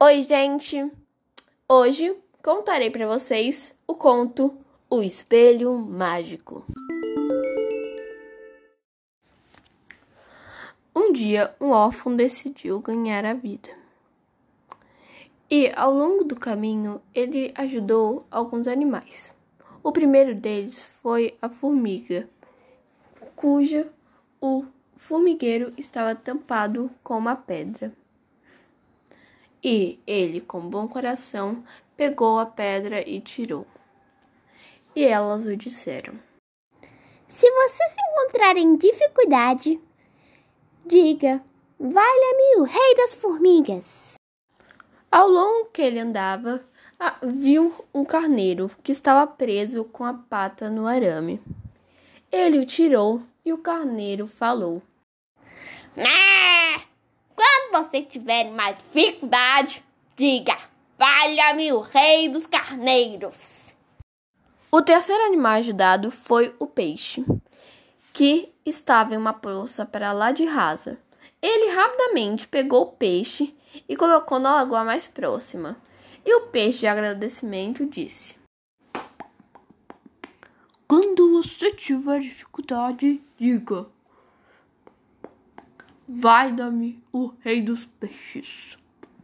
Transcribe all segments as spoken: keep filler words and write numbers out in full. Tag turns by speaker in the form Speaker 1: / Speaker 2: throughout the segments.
Speaker 1: Oi, gente! Hoje contarei para vocês o conto O Espelho Mágico. Um dia, um órfão decidiu ganhar a vida. E, ao longo do caminho, ele ajudou alguns animais. O primeiro deles foi a formiga, cuja o formigueiro estava tampado com uma pedra. E ele, com bom coração, pegou a pedra e tirou. E elas o disseram:
Speaker 2: Se você se encontrar em dificuldade, diga: valha-me o rei das formigas.
Speaker 1: Ao longo que ele andava, viu um carneiro que estava preso com a pata no arame. Ele o tirou e o carneiro falou:
Speaker 2: Né? Quando você tiver mais dificuldade, diga: valha-me o rei dos carneiros.
Speaker 1: O terceiro animal ajudado foi o peixe, que estava em uma poça para lá de rasa. Ele rapidamente pegou o peixe e colocou na lagoa mais próxima. E o peixe, de agradecimento, disse:
Speaker 3: Quando você tiver dificuldade, diga: vai-me o rei dos peixes.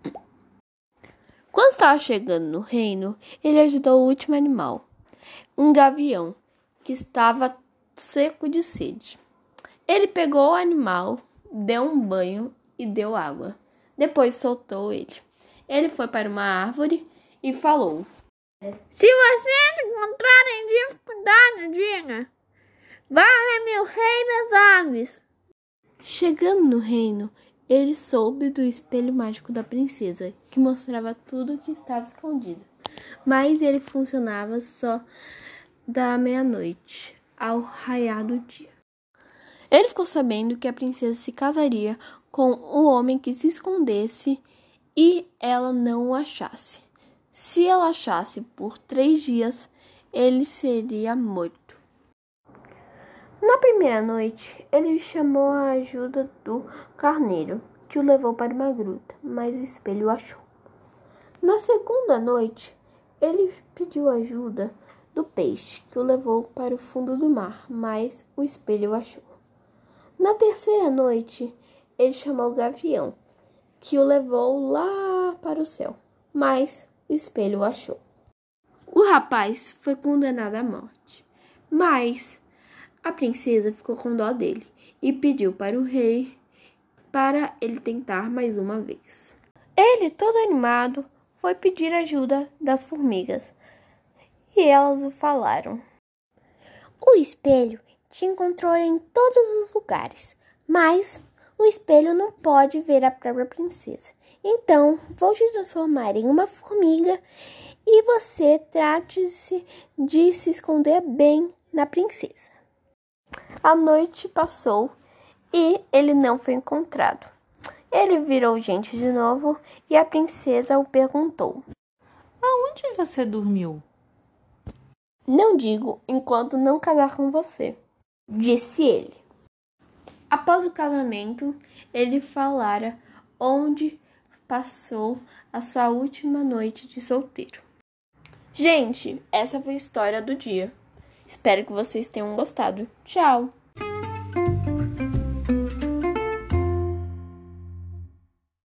Speaker 1: Quando estava chegando no reino, ele ajudou o último animal, um gavião, que estava seco de sede. Ele pegou o animal, deu um banho e deu água. Depois soltou ele. Ele foi para uma árvore e falou:
Speaker 2: Se vocês encontrarem dificuldade, diga: valha-me o rei das aves.
Speaker 1: Chegando no reino, ele soube do espelho mágico da princesa, que mostrava tudo o que estava escondido. Mas ele funcionava só da meia-noite ao raiar do dia. Ele ficou sabendo que a princesa se casaria com um homem que se escondesse e ela não o achasse. Se ela achasse por três dias, ele seria morto. Na primeira noite, ele chamou a ajuda do carneiro, que o levou para uma gruta, mas o espelho o achou. Na segunda noite, ele pediu ajuda do peixe, que o levou para o fundo do mar, mas o espelho o achou. Na terceira noite, ele chamou o gavião, que o levou lá para o céu, mas o espelho o achou. O rapaz foi condenado à morte, mas a princesa ficou com dó dele e pediu para o rei para ele tentar mais uma vez. Ele, todo animado, foi pedir ajuda das formigas e elas o falaram:
Speaker 2: O espelho te encontrou em todos os lugares, mas o espelho não pode ver a própria princesa. Então, vou te transformar em uma formiga e você trate-se de se esconder bem na princesa.
Speaker 1: A noite passou e ele não foi encontrado. Ele virou gente de novo e a princesa o perguntou:
Speaker 3: Aonde você dormiu?
Speaker 1: Não digo enquanto não casar com você, disse ele. Após o casamento, ele falara onde passou a sua última noite de solteiro. Gente, essa foi a história do dia. Espero que vocês tenham gostado. Tchau!